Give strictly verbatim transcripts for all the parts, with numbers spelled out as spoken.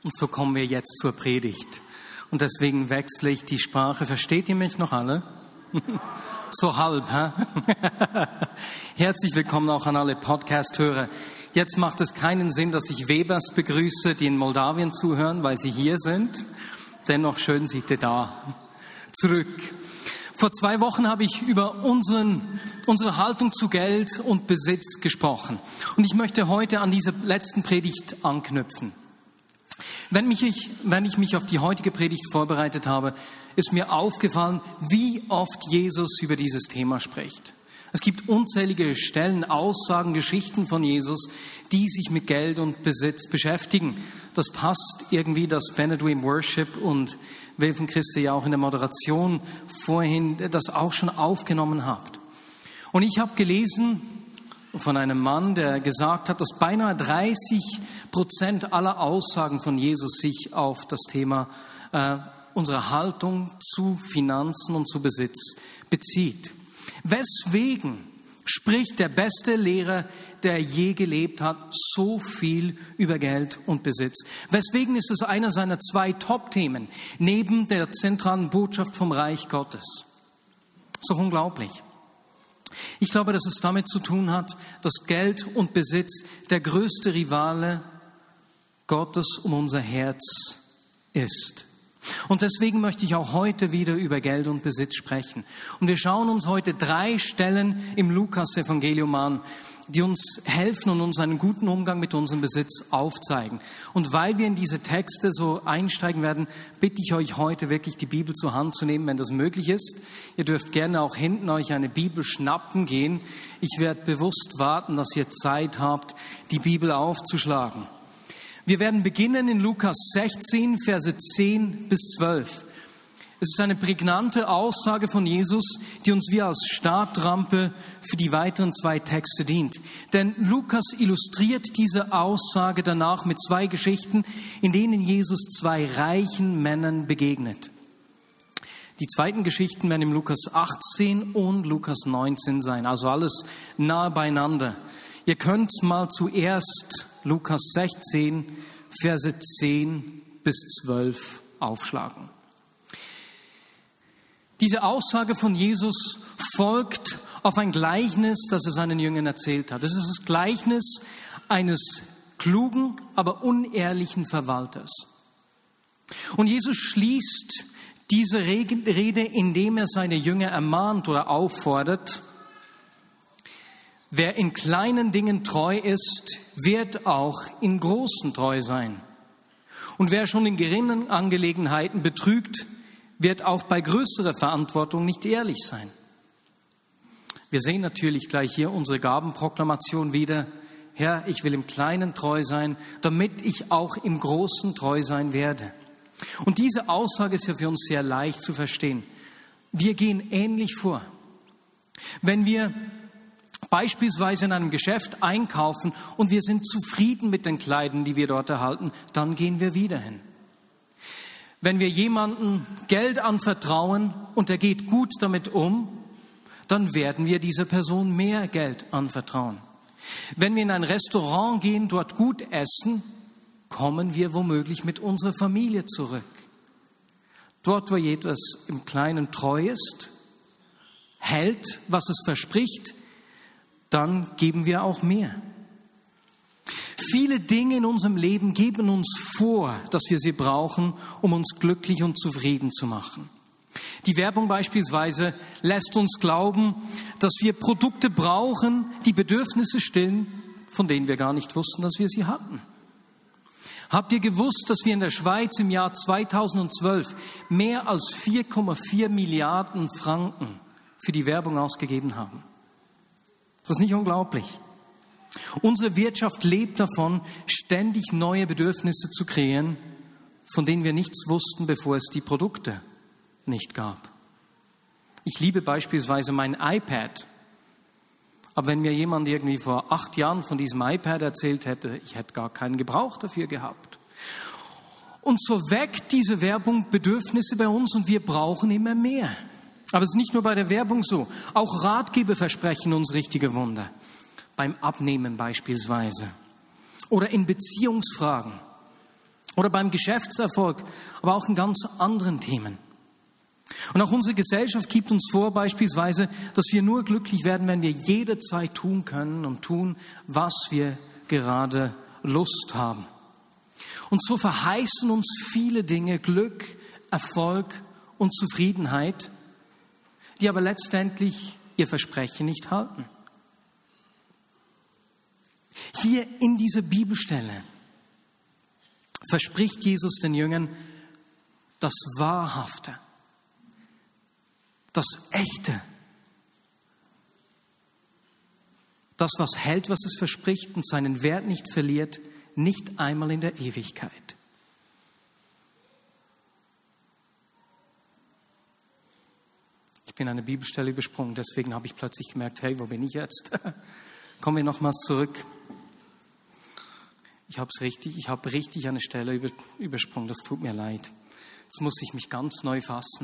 Und so kommen wir jetzt zur Predigt. Und deswegen wechsle ich die Sprache. Versteht ihr mich noch alle? So halb, hä? Herzlich willkommen auch an alle Podcast-Hörer. Jetzt macht es keinen Sinn, dass ich Webers begrüße, die in Moldawien zuhören, weil sie hier sind. Dennoch schön seid ihr da. Zurück. Vor zwei Wochen habe ich über unseren, unsere Haltung zu Geld und Besitz gesprochen. Und ich möchte heute an diese letzten Predigt anknüpfen. Wenn, mich ich, wenn ich mich auf die heutige Predigt vorbereitet habe, ist mir aufgefallen, wie oft Jesus über dieses Thema spricht. Es gibt unzählige Stellen, Aussagen, Geschichten von Jesus, die sich mit Geld und Besitz beschäftigen. Das passt irgendwie, dass Benedict im Worship und Will von Christi ja auch in der Moderation vorhin das auch schon aufgenommen habt. Und ich habe gelesen von einem Mann, der gesagt hat, dass beinahe dreißig Prozent aller Aussagen von Jesus sich auf das Thema äh, unserer Haltung zu Finanzen und zu Besitz bezieht. Weswegen spricht der beste Lehrer, der je gelebt hat, so viel über Geld und Besitz? Weswegen ist es einer seiner zwei Top-Themen neben der zentralen Botschaft vom Reich Gottes? So unglaublich. Ich glaube, dass es damit zu tun hat, dass Geld und Besitz der größte Rivale Gottes um unser Herz ist. Und deswegen möchte ich auch heute wieder über Geld und Besitz sprechen. Und wir schauen uns heute drei Stellen im Lukas-Evangelium an, die uns helfen und uns einen guten Umgang mit unserem Besitz aufzeigen. Und weil wir in diese Texte so einsteigen werden, bitte ich euch heute wirklich die Bibel zur Hand zu nehmen, wenn das möglich ist. Ihr dürft gerne auch hinten euch eine Bibel schnappen gehen. Ich werde bewusst warten, dass ihr Zeit habt, die Bibel aufzuschlagen. Wir werden beginnen in Lukas sechzehn, Verse zehn bis zwölf. Es ist eine prägnante Aussage von Jesus, die uns wie als Startrampe für die weiteren zwei Texte dient. Denn Lukas illustriert diese Aussage danach mit zwei Geschichten, in denen Jesus zwei reichen Männern begegnet. Die zweiten Geschichten werden im Lukas achtzehn und Lukas neunzehn sein, also alles nahe beieinander. Ihr könnt mal zuerst Lukas sechzehn, Verse zehn bis zwölf aufschlagen. Diese Aussage von Jesus folgt auf ein Gleichnis, das er seinen Jüngern erzählt hat. Das ist das Gleichnis eines klugen, aber unehrlichen Verwalters. Und Jesus schließt diese Rede, indem er seine Jünger ermahnt oder auffordert: Wer in kleinen Dingen treu ist, wird auch in großen treu sein. Und wer schon in geringen Angelegenheiten betrügt, wird auch bei größerer Verantwortung nicht ehrlich sein. Wir sehen natürlich gleich hier unsere Gabenproklamation wieder. Herr, ich will im Kleinen treu sein, damit ich auch im Großen treu sein werde. Und diese Aussage ist ja für uns sehr leicht zu verstehen. Wir gehen ähnlich vor. Wenn wir beispielsweise in einem Geschäft einkaufen und wir sind zufrieden mit den Kleidern, die wir dort erhalten, dann gehen wir wieder hin. Wenn wir jemandem Geld anvertrauen und er geht gut damit um, dann werden wir dieser Person mehr Geld anvertrauen. Wenn wir in ein Restaurant gehen, dort gut essen, kommen wir womöglich mit unserer Familie zurück. Dort, wo etwas im Kleinen treu ist, hält, was es verspricht, dann geben wir auch mehr. Viele Dinge in unserem Leben geben uns vor, dass wir sie brauchen, um uns glücklich und zufrieden zu machen. Die Werbung beispielsweise lässt uns glauben, dass wir Produkte brauchen, die Bedürfnisse stillen, von denen wir gar nicht wussten, dass wir sie hatten. Habt ihr gewusst, dass wir in der Schweiz im Jahr zweitausendzwölf mehr als vier Komma vier Milliarden Franken für die Werbung ausgegeben haben? Das ist nicht unglaublich. Unsere Wirtschaft lebt davon, ständig neue Bedürfnisse zu kreieren, von denen wir nichts wussten, bevor es die Produkte nicht gab. Ich liebe beispielsweise mein iPad. Aber wenn mir jemand irgendwie vor acht Jahren von diesem iPad erzählt hätte, ich hätte gar keinen Gebrauch dafür gehabt. Und so weckt diese Werbung Bedürfnisse bei uns und wir brauchen immer mehr. Aber es ist nicht nur bei der Werbung so. Auch Ratgeber versprechen uns richtige Wunder. Beim Abnehmen beispielsweise. Oder in Beziehungsfragen. oder beim Geschäftserfolg, aber auch in ganz anderen Themen. Und auch unsere Gesellschaft gibt uns vor, beispielsweise, dass wir nur glücklich werden, wenn wir jederzeit tun können und tun, was wir gerade Lust haben. Und so verheißen uns viele Dinge Glück, Erfolg und Zufriedenheit, die aber letztendlich ihr Versprechen nicht halten. Hier in dieser Bibelstelle verspricht Jesus den Jüngern das Wahrhafte, das Echte, das, was hält, was es verspricht und seinen Wert nicht verliert, nicht einmal in der Ewigkeit. Ich bin eine Bibelstelle übersprungen, deswegen habe ich plötzlich gemerkt, hey, wo bin ich jetzt? Kommen wir nochmals zurück. Ich habe es richtig, ich habe richtig eine Stelle über, übersprungen, das tut mir leid. Jetzt muss ich mich ganz neu fassen.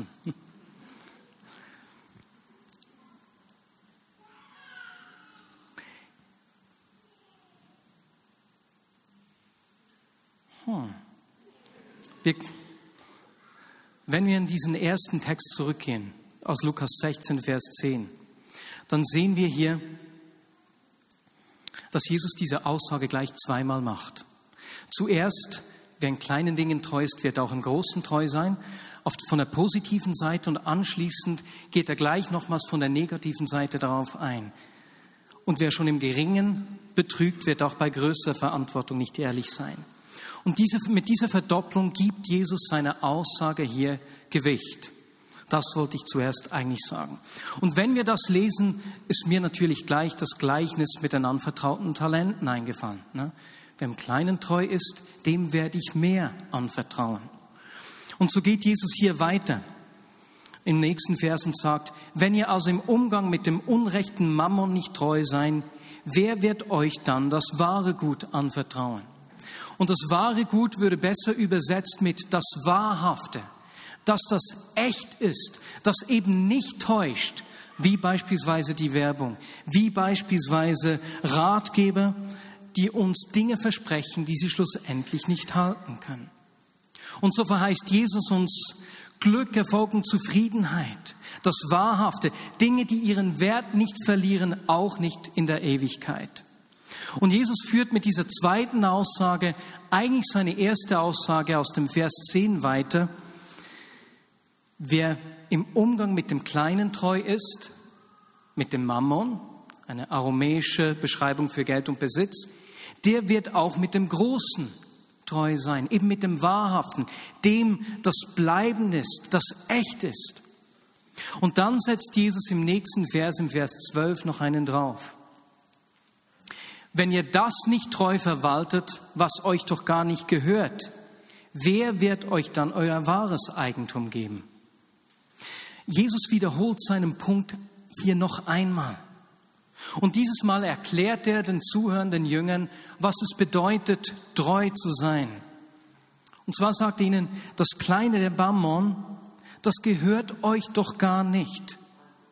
Hm. Wir, wenn wir in diesen ersten Text zurückgehen, aus Lukas sechzehn, Vers zehn, dann sehen wir hier, dass Jesus diese Aussage gleich zweimal macht. Zuerst, wer in kleinen Dingen treu ist, wird auch im Großen treu sein, oft von der positiven Seite, und anschließend geht er gleich nochmals von der negativen Seite darauf ein. Und wer schon im Geringen betrügt, wird auch bei größerer Verantwortung nicht ehrlich sein. Und diese, mit dieser Verdopplung gibt Jesus seiner Aussage hier Gewicht. Das wollte ich zuerst eigentlich sagen. Und wenn wir das lesen, ist mir natürlich gleich das Gleichnis mit den anvertrauten Talenten eingefallen. Ne? Wer im Kleinen treu ist, dem werde ich mehr anvertrauen. Und so geht Jesus hier weiter im nächsten Vers und sagt, wenn ihr also im Umgang mit dem unrechten Mammon nicht treu seid, wer wird euch dann das wahre Gut anvertrauen? Und das wahre Gut würde besser übersetzt mit das Wahrhafte, dass das echt ist, das eben nicht täuscht, wie beispielsweise die Werbung, wie beispielsweise Ratgeber, die uns Dinge versprechen, die sie schlussendlich nicht halten können. Und so verheißt Jesus uns Glück, Erfolg und Zufriedenheit, das Wahrhafte, Dinge, die ihren Wert nicht verlieren, auch nicht in der Ewigkeit. Und Jesus führt mit dieser zweiten Aussage eigentlich seine erste Aussage aus dem Vers zehn weiter. Wer im Umgang mit dem Kleinen treu ist, mit dem Mammon, eine aramäische Beschreibung für Geld und Besitz, der wird auch mit dem Großen treu sein, eben mit dem Wahrhaften, dem, das bleibend ist, das echt ist. Und dann setzt Jesus im nächsten Vers, im Vers zwölf, noch einen drauf. Wenn ihr das nicht treu verwaltet, was euch doch gar nicht gehört, wer wird euch dann euer wahres Eigentum geben? Jesus wiederholt seinen Punkt hier noch einmal. Und dieses Mal erklärt er den zuhörenden Jüngern, was es bedeutet, treu zu sein. Und zwar sagt er ihnen, das Kleine der Mammon, das gehört euch doch gar nicht.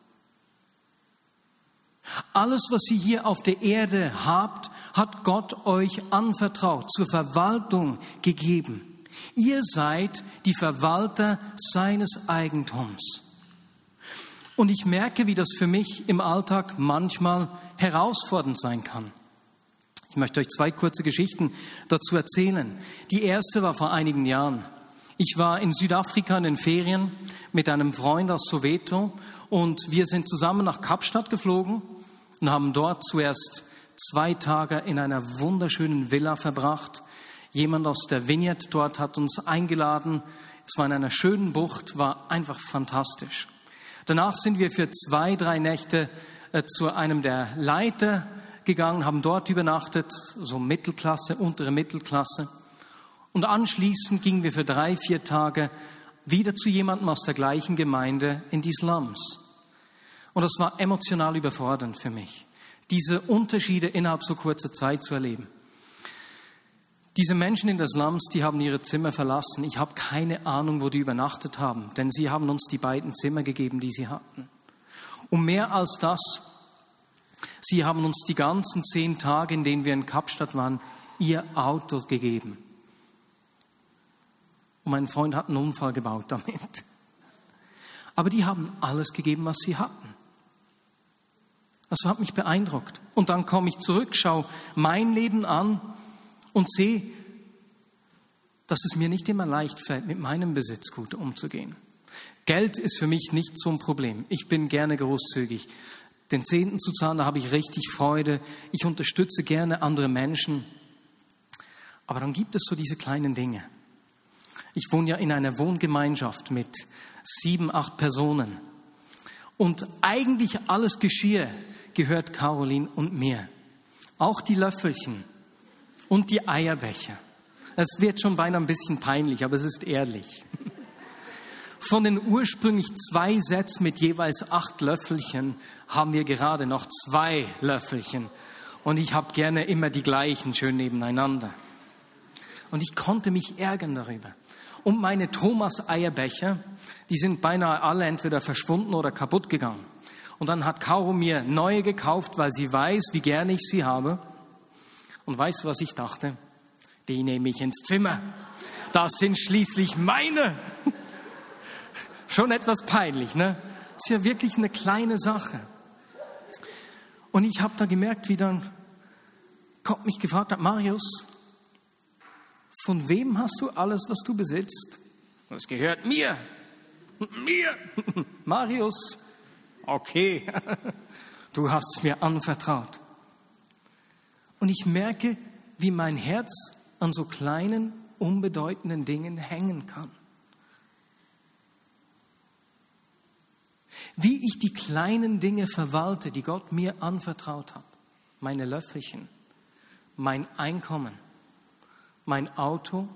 Alles, was ihr hier auf der Erde habt, hat Gott euch anvertraut, zur Verwaltung gegeben. Ihr seid die Verwalter seines Eigentums. Und ich merke, wie das für mich im Alltag manchmal herausfordernd sein kann. Ich möchte euch zwei kurze Geschichten dazu erzählen. Die erste war vor einigen Jahren. Ich war in Südafrika in den Ferien mit einem Freund aus Soweto und wir sind zusammen nach Kapstadt geflogen und haben dort zuerst zwei Tage in einer wunderschönen Villa verbracht. Jemand aus der Vineyard dort hat uns eingeladen. Es war in einer schönen Bucht, war einfach fantastisch. Danach sind wir für zwei, drei Nächte äh, zu einem der Leiter gegangen, haben dort übernachtet, so Mittelklasse, untere Mittelklasse. Und anschließend gingen wir für drei, vier Tage wieder zu jemandem aus der gleichen Gemeinde in die Slums. Und das war emotional überfordernd für mich, diese Unterschiede innerhalb so kurzer Zeit zu erleben. Diese Menschen in den Slums, die haben ihre Zimmer verlassen. Ich habe keine Ahnung, wo die übernachtet haben, denn sie haben uns die beiden Zimmer gegeben, die sie hatten. Und mehr als das, sie haben uns die ganzen zehn Tage, in denen wir in Kapstadt waren, ihr Auto gegeben. Und mein Freund hat einen Unfall gebaut damit. Aber die haben alles gegeben, was sie hatten. Das hat mich beeindruckt. Und dann komme ich zurück, schaue mein Leben an und sehe, dass es mir nicht immer leicht fällt, mit meinem Besitz gut umzugehen. Geld ist für mich nicht so ein Problem. Ich bin gerne großzügig. Den Zehnten zu zahlen, da habe ich richtig Freude. Ich unterstütze gerne andere Menschen. Aber dann gibt es so diese kleinen Dinge. Ich wohne ja in einer Wohngemeinschaft mit sieben, acht Personen. Und eigentlich alles Geschirr gehört Caroline und mir. Auch die Löffelchen und die Eierbecher. Es wird schon beinahe ein bisschen peinlich, aber es ist ehrlich. Von den ursprünglich zwei Sets mit jeweils acht Löffelchen haben wir gerade noch zwei Löffelchen. Und ich habe gerne immer die gleichen schön nebeneinander. Und ich konnte mich ärgern darüber. Und meine Thomas-Eierbecher, die sind beinahe alle entweder verschwunden oder kaputt gegangen. Und dann hat Caro mir neue gekauft, weil sie weiß, wie gerne ich sie habe. Und weißt du, was ich dachte? Die nehme ich ins Zimmer. Das sind schließlich meine. Schon etwas peinlich, ne? Das ist ja wirklich eine kleine Sache. Und ich habe da gemerkt, wie dann Gott mich gefragt hat, Marius, von wem hast du alles, was du besitzt? Das gehört mir. Mir. Marius, okay, du hast es mir anvertraut. Und ich merke, wie mein Herz an so kleinen, unbedeutenden Dingen hängen kann. Wie ich die kleinen Dinge verwalte, die Gott mir anvertraut hat. Meine Löffelchen, mein Einkommen, mein Auto,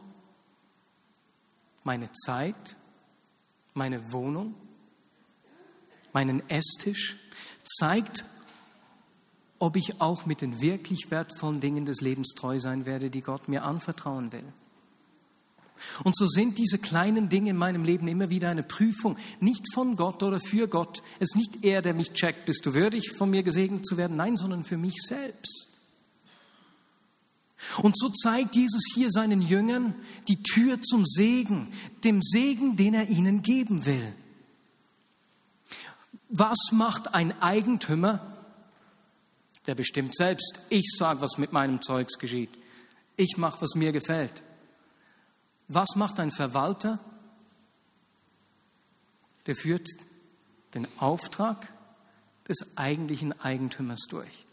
meine Zeit, meine Wohnung, meinen Esstisch, zeigt, ob ich auch mit den wirklich wertvollen Dingen des Lebens treu sein werde, die Gott mir anvertrauen will. Und so sind diese kleinen Dinge in meinem Leben immer wieder eine Prüfung, nicht von Gott oder für Gott. Es ist nicht er, der mich checkt, bist du würdig, von mir gesegnet zu werden? Nein, sondern für mich selbst. Und so zeigt Jesus hier seinen Jüngern die Tür zum Segen, dem Segen, den er ihnen geben will. Was macht ein Eigentümer? Der bestimmt selbst. Ich sage, was mit meinem Zeugs geschieht. Ich mache, was mir gefällt. Was macht ein Verwalter? Der führt den Auftrag des eigentlichen Eigentümers durch.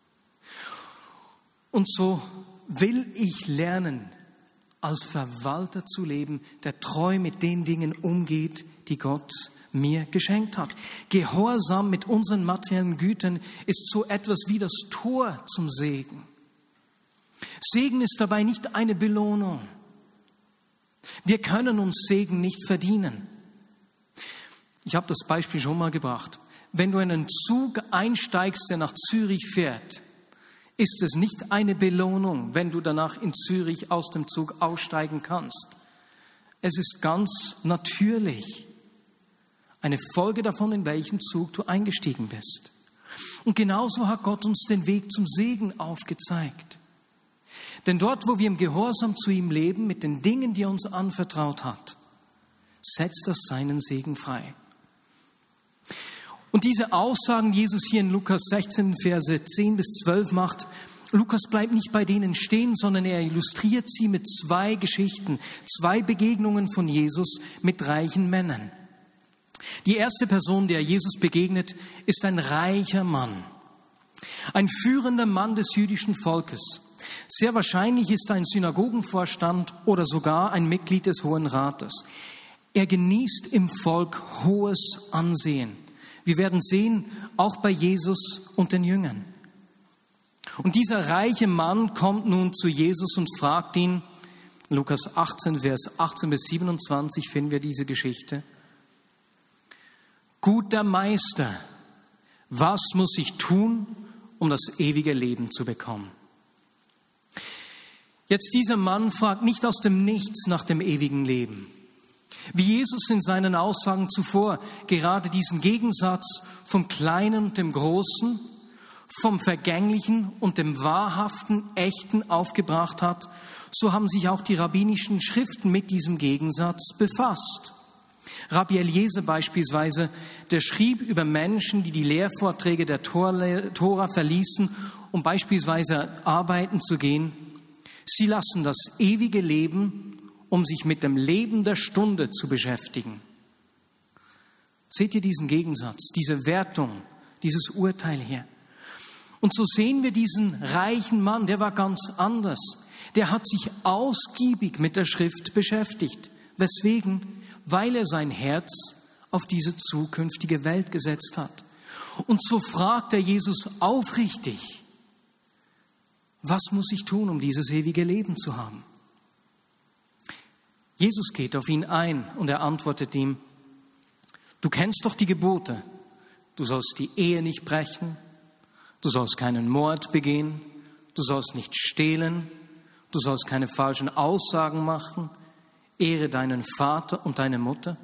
Und so will ich lernen, als Verwalter zu leben, der treu mit den Dingen umgeht, die Gott mir geschenkt hat. Gehorsam mit unseren materiellen Gütern ist so etwas wie das Tor zum Segen. Segen ist dabei nicht eine Belohnung. Wir können uns Segen nicht verdienen. Ich habe das Beispiel schon mal gebracht. Wenn du in einen Zug einsteigst, der nach Zürich fährt, ist es nicht eine Belohnung, wenn du danach in Zürich aus dem Zug aussteigen kannst. Es ist ganz natürlich eine Folge davon, in welchen Zug du eingestiegen bist. Und genauso hat Gott uns den Weg zum Segen aufgezeigt. Denn dort, wo wir im Gehorsam zu ihm leben, mit den Dingen, die er uns anvertraut hat, setzt das seinen Segen frei. Und diese Aussagen, die Jesus hier in Lukas sechzehn, Verse zehn bis zwölf macht, Lukas bleibt nicht bei denen stehen, sondern er illustriert sie mit zwei Geschichten, zwei Begegnungen von Jesus mit reichen Männern. Die erste Person, der Jesus begegnet, ist ein reicher Mann, ein führender Mann des jüdischen Volkes. Sehr wahrscheinlich ist er ein Synagogenvorstand oder sogar ein Mitglied des Hohen Rates. Er genießt im Volk hohes Ansehen. Wir werden sehen, auch bei Jesus und den Jüngern. Und dieser reiche Mann kommt nun zu Jesus und fragt ihn, Lukas achtzehn, Vers achtzehn bis siebenundzwanzig finden wir diese Geschichte. Guter Meister, was muss ich tun, um das ewige Leben zu bekommen? Jetzt dieser Mann fragt nicht aus dem Nichts nach dem ewigen Leben. Wie Jesus in seinen Aussagen zuvor gerade diesen Gegensatz vom Kleinen und dem Großen, vom Vergänglichen und dem Wahrhaften, Echten aufgebracht hat, so haben sich auch die rabbinischen Schriften mit diesem Gegensatz befasst. Rabbi Eliezer beispielsweise, der schrieb über Menschen, die die Lehrvorträge der Tora verließen, um beispielsweise arbeiten zu gehen: Sie lassen das ewige Leben, um sich mit dem Leben der Stunde zu beschäftigen. Seht ihr diesen Gegensatz, diese Wertung, dieses Urteil hier? Und so sehen wir diesen reichen Mann, der war ganz anders. Der hat sich ausgiebig mit der Schrift beschäftigt. Weswegen? Weil er sein Herz auf diese zukünftige Welt gesetzt hat. Und so fragt er Jesus aufrichtig: Was muss ich tun, um dieses ewige Leben zu haben? Jesus geht auf ihn ein und er antwortet ihm: Du kennst doch die Gebote. Du sollst die Ehe nicht brechen, du sollst keinen Mord begehen, du sollst nicht stehlen, du sollst keine falschen Aussagen machen, ehre deinen Vater und deine Mutter.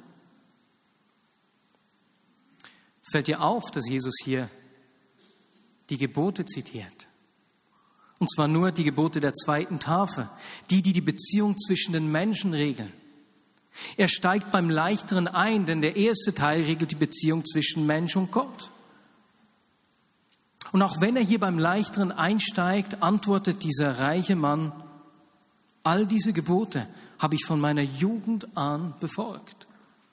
Fällt dir auf, dass Jesus hier die Gebote zitiert? Und zwar nur die Gebote der zweiten Tafel, die, die die Beziehung zwischen den Menschen regeln. Er steigt beim Leichteren ein, denn der erste Teil regelt die Beziehung zwischen Mensch und Gott. Und auch wenn er hier beim Leichteren einsteigt, antwortet dieser reiche Mann: All diese Gebote habe ich von meiner Jugend an befolgt.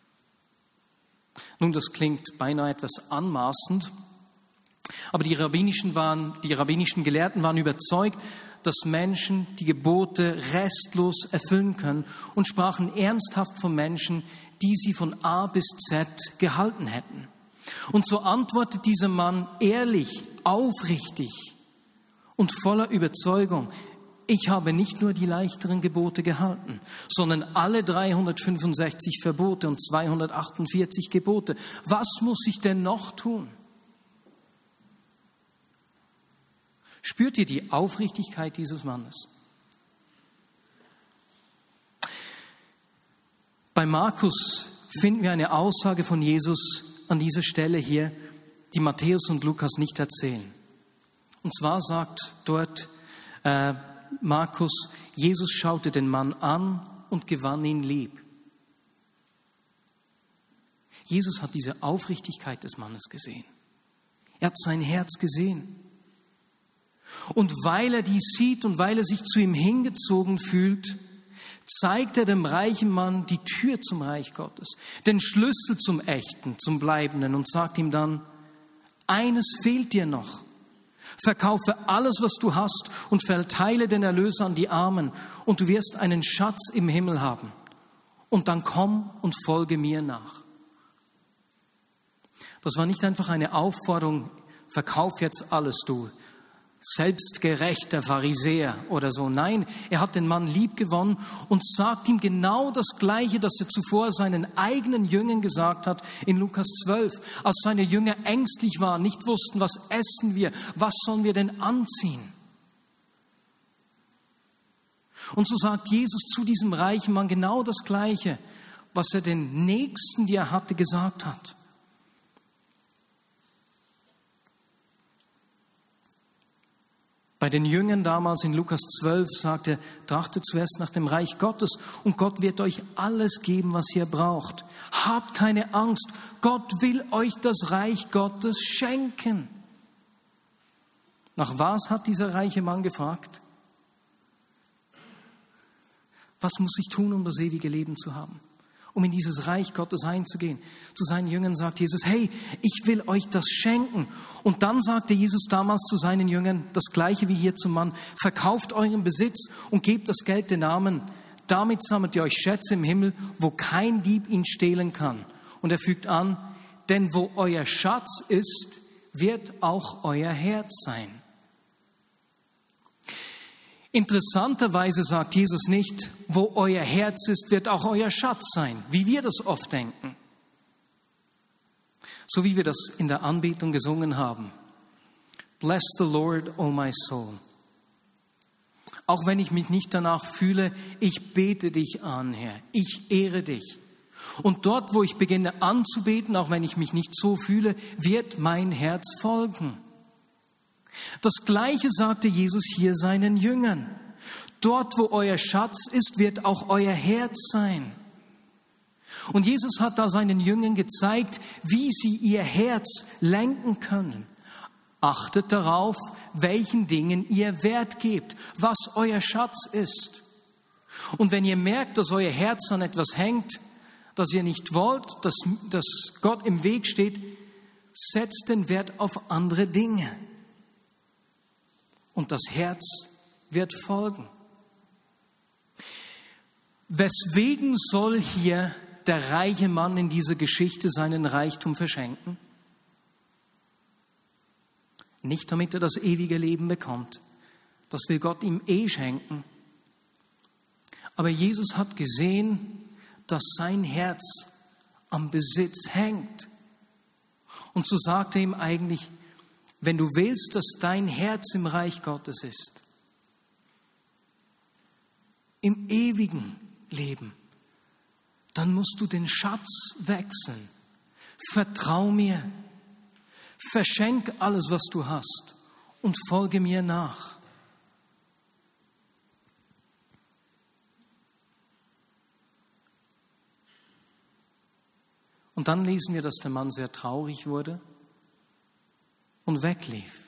Nun, das klingt beinahe etwas anmaßend, aber die rabbinischen, waren, die rabbinischen Gelehrten waren überzeugt, dass Menschen die Gebote restlos erfüllen können und sprachen ernsthaft von Menschen, die sie von A bis Z gehalten hätten. Und so antwortet dieser Mann ehrlich, aufrichtig und voller Überzeugung: Ich habe nicht nur die leichteren Gebote gehalten, sondern alle dreihundertfünfundsechzig Verbote und zweihundertachtundvierzig Gebote. Was muss ich denn noch tun? Spürt ihr die Aufrichtigkeit dieses Mannes? Bei Markus finden wir eine Aussage von Jesus an dieser Stelle hier, die Matthäus und Lukas nicht erzählen. Und zwar sagt dort äh, Markus: Jesus schaute den Mann an und gewann ihn lieb. Jesus hat diese Aufrichtigkeit des Mannes gesehen. Er hat sein Herz gesehen. Und weil er dies sieht und weil er sich zu ihm hingezogen fühlt, zeigt er dem reichen Mann die Tür zum Reich Gottes, den Schlüssel zum Echten, zum Bleibenden, und sagt ihm dann: Eines fehlt dir noch. Verkaufe alles, was du hast, und verteile den Erlös an die Armen, und du wirst einen Schatz im Himmel haben. Und dann komm und folge mir nach. Das war nicht einfach eine Aufforderung: Verkauf jetzt alles, du selbstgerechter Pharisäer oder so. Nein, er hat den Mann lieb gewonnen und sagt ihm genau das Gleiche, das er zuvor seinen eigenen Jüngern gesagt hat in Lukas zwölf, als seine Jünger ängstlich waren, nicht wussten, was essen wir, was sollen wir denn anziehen. Und so sagt Jesus zu diesem reichen Mann genau das Gleiche, was er den Nächsten, die er hatte, gesagt hat. Bei den Jüngern damals in Lukas zwölf sagt er: Trachtet zuerst nach dem Reich Gottes und Gott wird euch alles geben, was ihr braucht. Habt keine Angst, Gott will euch das Reich Gottes schenken. Nach was hat dieser reiche Mann gefragt? Was muss ich tun, um das ewige Leben zu haben? Um in dieses Reich Gottes einzugehen. Zu seinen Jüngern sagt Jesus: Hey, ich will euch das schenken. Und dann sagte Jesus damals zu seinen Jüngern das Gleiche wie hier zum Mann: Verkauft euren Besitz und gebt das Geld den Armen. Damit sammelt ihr euch Schätze im Himmel, wo kein Dieb ihn stehlen kann. Und er fügt an: Denn wo euer Schatz ist, wird auch euer Herz sein. Interessanterweise sagt Jesus nicht: Wo euer Herz ist, wird auch euer Schatz sein, wie wir das oft denken. So wie wir das in der Anbetung gesungen haben. Bless the Lord, O my soul. Auch wenn ich mich nicht danach fühle, ich bete dich an, Herr. Ich ehre dich. Und dort, wo ich beginne anzubeten, auch wenn ich mich nicht so fühle, wird mein Herz folgen. Das Gleiche sagte Jesus hier seinen Jüngern. Dort, wo euer Schatz ist, wird auch euer Herz sein. Und Jesus hat da seinen Jüngern gezeigt, wie sie ihr Herz lenken können. Achtet darauf, welchen Dingen ihr Wert gebt, was euer Schatz ist. Und wenn ihr merkt, dass euer Herz an etwas hängt, das ihr nicht wollt, dass, dass Gott im Weg steht, setzt den Wert auf andere Dinge. Und das Herz wird folgen. Weswegen soll hier der reiche Mann in dieser Geschichte seinen Reichtum verschenken? Nicht, damit er das ewige Leben bekommt. Das will Gott ihm eh schenken. Aber Jesus hat gesehen, dass sein Herz am Besitz hängt. Und so sagt er ihm eigentlich, wenn du willst, dass dein Herz im Reich Gottes ist, im ewigen Leben, dann musst du den Schatz wechseln. Vertrau mir, verschenk alles, was du hast und folge mir nach. Und dann lesen wir, dass der Mann sehr traurig wurde und weglief.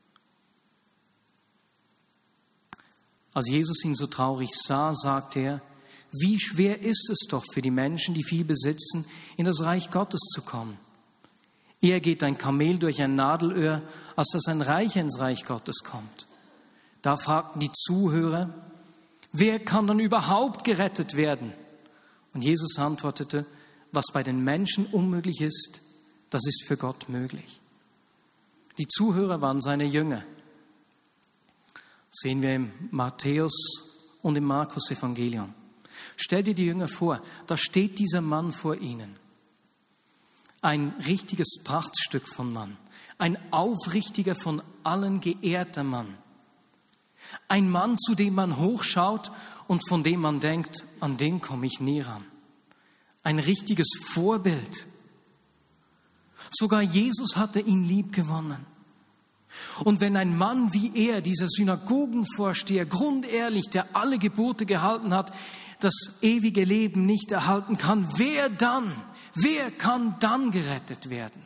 Als Jesus ihn so traurig sah, sagte er, wie schwer ist es doch für die Menschen, die viel besitzen, in das Reich Gottes zu kommen. Eher geht ein Kamel durch ein Nadelöhr, als dass ein Reicher ins Reich Gottes kommt. Da fragten die Zuhörer, wer kann dann überhaupt gerettet werden? Und Jesus antwortete, was bei den Menschen unmöglich ist, das ist für Gott möglich. Die Zuhörer waren seine Jünger. Das sehen wir im Matthäus und im Markus-Evangelium. Stell dir die Jünger vor, da steht dieser Mann vor ihnen. Ein richtiges Prachtstück von Mann. Ein aufrichtiger, von allen geehrter Mann. Ein Mann, zu dem man hochschaut und von dem man denkt, an den komme ich nie ran. Ein richtiges Vorbild. Sogar Jesus hatte ihn lieb gewonnen. Und wenn ein Mann wie er, dieser Synagogenvorsteher, grundehrlich, der alle Gebote gehalten hat, das ewige Leben nicht erhalten kann, wer dann, wer kann dann gerettet werden?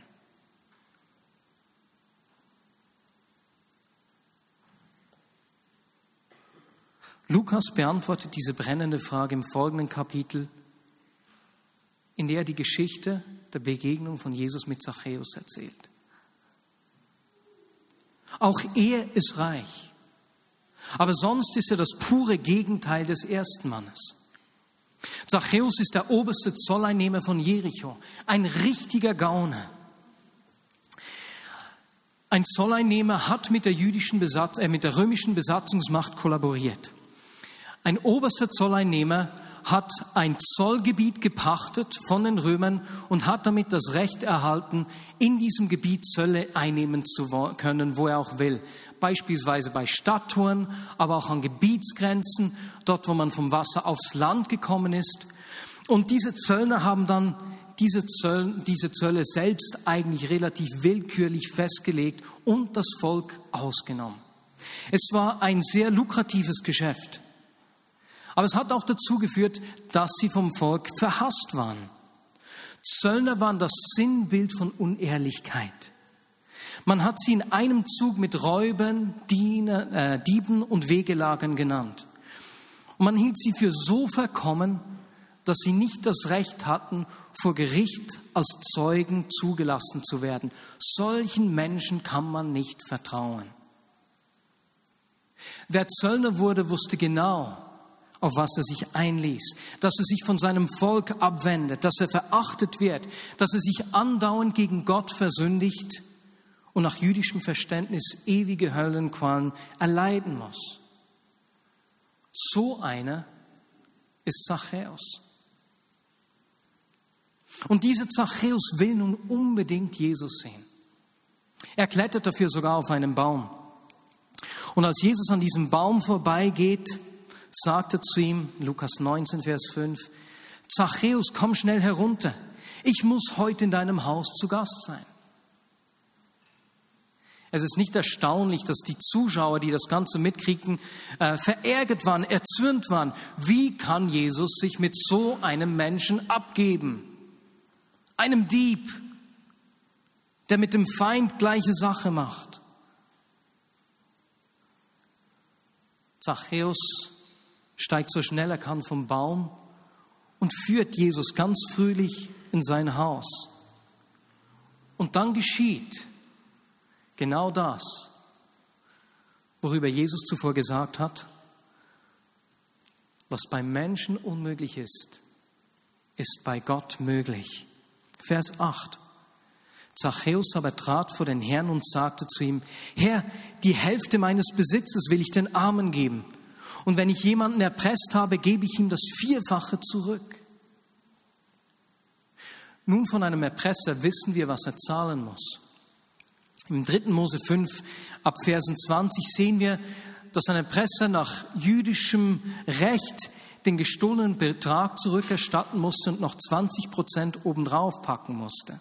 Lukas beantwortet diese brennende Frage im folgenden Kapitel, in der er die Geschichte der Begegnung von Jesus mit Zachäus erzählt. Auch er ist reich, aber sonst ist er das pure Gegenteil des ersten Mannes. Zachäus ist der oberste Zolleinnehmer von Jericho, ein richtiger Gauner. Ein Zolleinnehmer hat mit der jüdischen Besatz, äh, mit der römischen Besatzungsmacht kollaboriert. Ein oberster Zolleinnehmer hat ein Zollgebiet gepachtet von den Römern und hat damit das Recht erhalten, in diesem Gebiet Zölle einnehmen zu können, wo er auch will. Beispielsweise bei Stadttoren, aber auch an Gebietsgrenzen, dort, wo man vom Wasser aufs Land gekommen ist. Und diese Zöllner haben dann diese Zölle, diese Zölle selbst eigentlich relativ willkürlich festgelegt und das Volk ausgenommen. Es war ein sehr lukratives Geschäft. Aber es hat auch dazu geführt, dass sie vom Volk verhasst waren. Zöllner waren das Sinnbild von Unehrlichkeit. Man hat sie in einem Zug mit Räubern, Diener, äh, Dieben und Wegelagern genannt. Und man hielt sie für so verkommen, dass sie nicht das Recht hatten, vor Gericht als Zeugen zugelassen zu werden. Solchen Menschen kann man nicht vertrauen. Wer Zöllner wurde, wusste genau, auf was er sich einließ, dass er sich von seinem Volk abwendet, dass er verachtet wird, dass er sich andauernd gegen Gott versündigt und nach jüdischem Verständnis ewige Höllenqualen erleiden muss. So einer ist Zachäus. Und dieser Zachäus will nun unbedingt Jesus sehen. Er klettert dafür sogar auf einen Baum. Und als Jesus an diesem Baum vorbeigeht, sagte zu ihm, Lukas neunzehn, Vers fünf, Zachäus, komm schnell herunter. Ich muss heute in deinem Haus zu Gast sein. Es ist nicht erstaunlich, dass die Zuschauer, die das Ganze mitkriegen, äh, verärgert waren, erzürnt waren. Wie kann Jesus sich mit so einem Menschen abgeben? Einem Dieb, der mit dem Feind gleiche Sache macht. Zachäus steigt so schnell er kann vom Baum und führt Jesus ganz fröhlich in sein Haus. Und dann geschieht genau das, worüber Jesus zuvor gesagt hat: Was beim Menschen unmöglich ist, ist bei Gott möglich. Vers acht. Zachäus aber trat vor den Herrn und sagte zu ihm: Herr, die Hälfte meines Besitzes will ich den Armen geben. Und wenn ich jemanden erpresst habe, gebe ich ihm das Vierfache zurück. Nun, von einem Erpresser wissen wir, was er zahlen muss. Im dritten Mose fünf, ab Versen zwanzig, sehen wir, dass ein Erpresser nach jüdischem Recht den gestohlenen Betrag zurückerstatten musste und noch zwanzig Prozent obendrauf packen musste.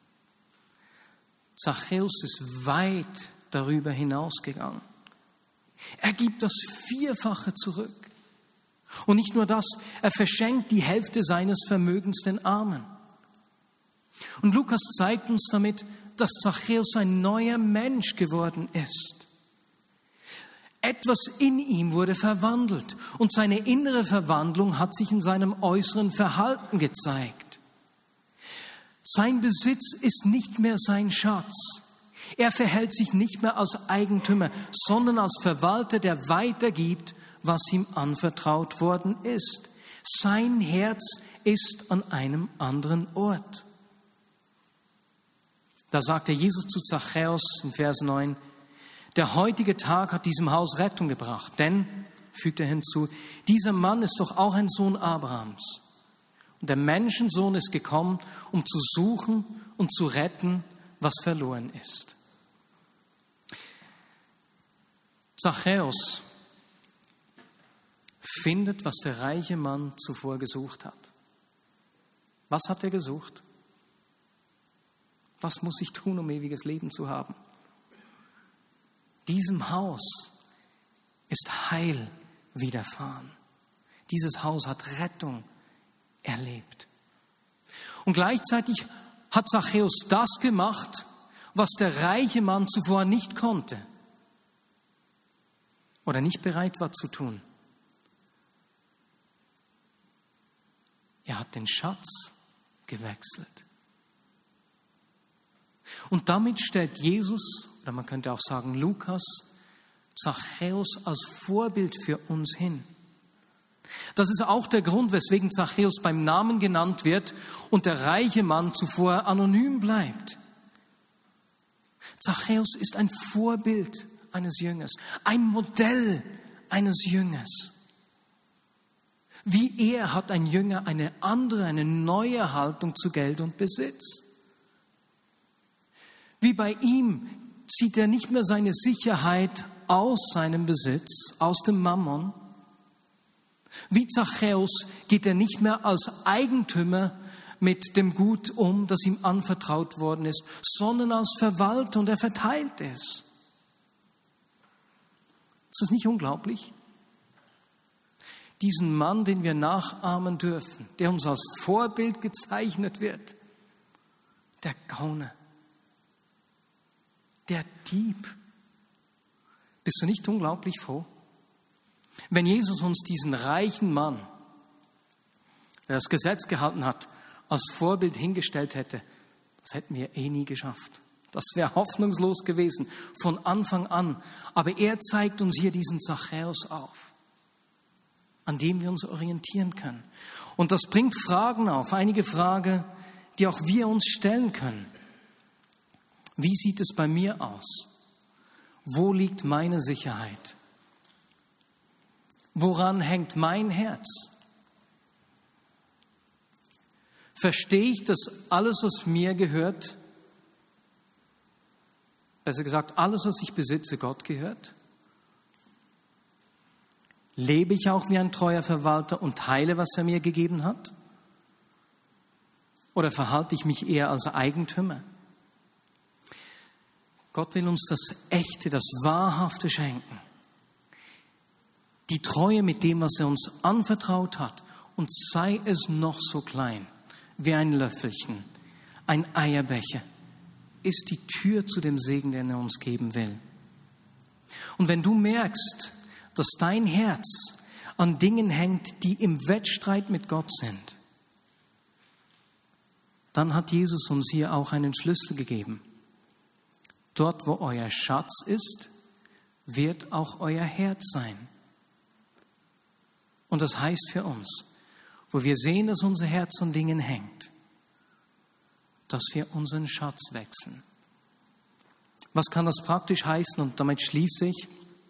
Zachäus ist weit darüber hinausgegangen. Er gibt das Vierfache zurück. Und nicht nur das, er verschenkt die Hälfte seines Vermögens den Armen. Und Lukas zeigt uns damit, dass Zachäus ein neuer Mensch geworden ist. Etwas in ihm wurde verwandelt und seine innere Verwandlung hat sich in seinem äußeren Verhalten gezeigt. Sein Besitz ist nicht mehr sein Schatz. Er verhält sich nicht mehr als Eigentümer, sondern als Verwalter, der weitergibt, was ihm anvertraut worden ist. Sein Herz ist an einem anderen Ort. Da sagte Jesus zu Zachäus in Vers neun, der heutige Tag hat diesem Haus Rettung gebracht, denn, fügt er hinzu, dieser Mann ist doch auch ein Sohn Abrahams. Und der Menschensohn ist gekommen, um zu suchen und zu retten, was verloren ist. Zachäus findet, was der reiche Mann zuvor gesucht hat. Was hat er gesucht? Was muss ich tun, um ewiges Leben zu haben? Diesem Haus ist Heil widerfahren. Dieses Haus hat Rettung erlebt. Und gleichzeitig hat Zachäus das gemacht, was der reiche Mann zuvor nicht konnte oder nicht bereit war zu tun. Er hat den Schatz gewechselt. Und damit stellt Jesus, oder man könnte auch sagen Lukas, Zachäus als Vorbild für uns hin. Das ist auch der Grund, weswegen Zachäus beim Namen genannt wird und der reiche Mann zuvor anonym bleibt. Zachäus ist ein Vorbild eines Jüngers, ein Modell eines Jüngers. Wie er hat ein Jünger eine andere, eine neue Haltung zu Geld und Besitz. Wie bei ihm zieht er nicht mehr seine Sicherheit aus seinem Besitz, aus dem Mammon. Wie Zachäus geht er nicht mehr als Eigentümer mit dem Gut um, das ihm anvertraut worden ist, sondern als Verwalter, und er verteilt es. Ist das nicht unglaublich? Diesen Mann, den wir nachahmen dürfen, der uns als Vorbild gezeichnet wird, der Gauner, der Dieb. Bist du nicht unglaublich froh? Wenn Jesus uns diesen reichen Mann, der das Gesetz gehalten hat, als Vorbild hingestellt hätte, das hätten wir eh nie geschafft. Das wäre hoffnungslos gewesen, von Anfang an. Aber er zeigt uns hier diesen Zachäus auf, an dem wir uns orientieren können. Und das bringt Fragen auf, einige Fragen, die auch wir uns stellen können. Wie sieht es bei mir aus? Wo liegt meine Sicherheit? Woran hängt mein Herz? Verstehe ich, dass alles, was mir gehört, besser gesagt, alles, was ich besitze, Gott gehört? Lebe ich auch wie ein treuer Verwalter und teile, was er mir gegeben hat? Oder verhalte ich mich eher als Eigentümer? Gott will uns das Echte, das Wahrhafte schenken. Die Treue mit dem, was er uns anvertraut hat. Und sei es noch so klein, wie ein Löffelchen, ein Eierbecher, ist die Tür zu dem Segen, den er uns geben will. Und wenn du merkst, dass dein Herz an Dingen hängt, die im Wettstreit mit Gott sind, dann hat Jesus uns hier auch einen Schlüssel gegeben. Dort, wo euer Schatz ist, wird auch euer Herz sein. Und das heißt für uns, wo wir sehen, dass unser Herz an Dingen hängt, dass wir unseren Schatz wechseln. Was kann das praktisch heißen? Und damit schließe ich.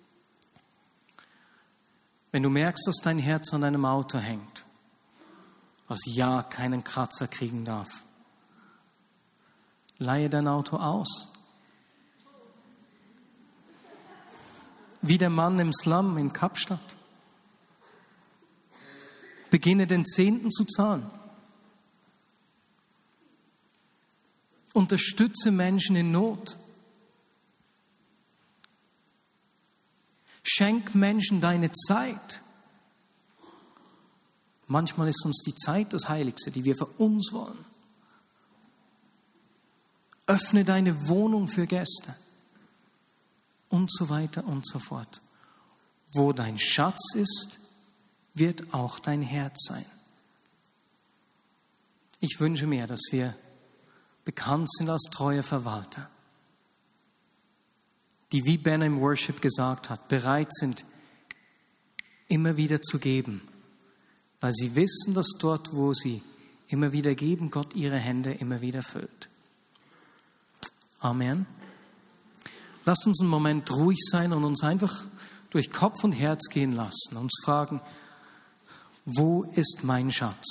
Wenn du merkst, dass dein Herz an einem Auto hängt, was ja keinen Kratzer kriegen darf, leihe dein Auto aus. Wie der Mann im Slum in Kapstadt. Beginne den Zehnten zu zahlen. Unterstütze Menschen in Not. Schenk Menschen deine Zeit. Manchmal ist uns die Zeit das Heiligste, die wir für uns wollen. Öffne deine Wohnung für Gäste. Und so weiter und so fort. Wo dein Schatz ist, wird auch dein Herz sein. Ich wünsche mir, dass wir bekannt sind als treue Verwalter, die, wie Ben im Worship gesagt hat, bereit sind, immer wieder zu geben, weil sie wissen, dass dort, wo sie immer wieder geben, Gott ihre Hände immer wieder füllt. Amen. Lass uns einen Moment ruhig sein und uns einfach durch Kopf und Herz gehen lassen, uns fragen, wo ist mein Schatz?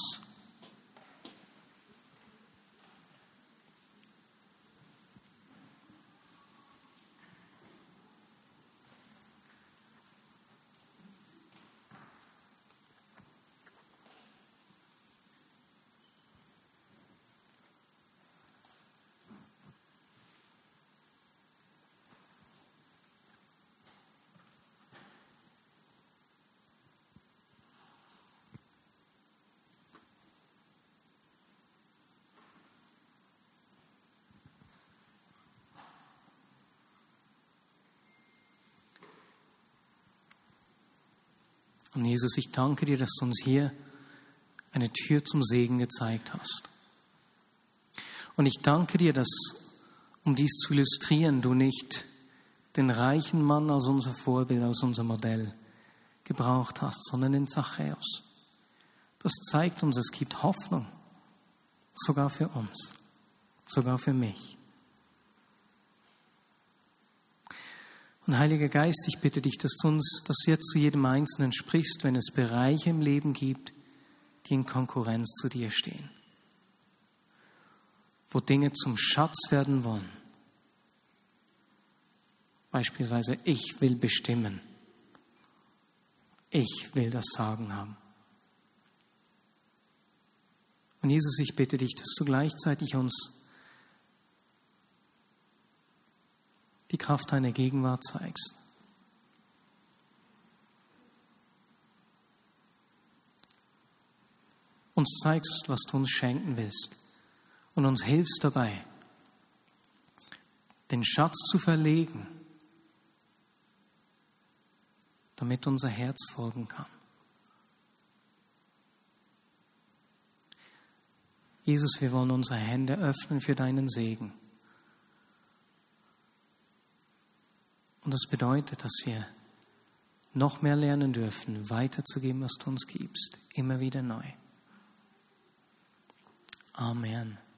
Und Jesus, ich danke dir, dass du uns hier eine Tür zum Segen gezeigt hast. Und ich danke dir, dass, um dies zu illustrieren, du nicht den reichen Mann als unser Vorbild, als unser Modell gebraucht hast, sondern den Zachäus. Das zeigt uns, es gibt Hoffnung, sogar für uns, sogar für mich. Und Heiliger Geist, ich bitte dich, dass du uns, dass du jetzt zu jedem Einzelnen sprichst, wenn es Bereiche im Leben gibt, die in Konkurrenz zu dir stehen. Wo Dinge zum Schatz werden wollen. Beispielsweise, ich will bestimmen. Ich will das Sagen haben. Und Jesus, ich bitte dich, dass du gleichzeitig uns die Kraft deiner Gegenwart zeigst. Uns zeigst, was du uns schenken willst und uns hilfst dabei, den Schatz zu verlegen, damit unser Herz folgen kann. Jesus, wir wollen unsere Hände öffnen für deinen Segen. Und das bedeutet, dass wir noch mehr lernen dürfen, weiterzugeben, was du uns gibst. Immer wieder neu. Amen.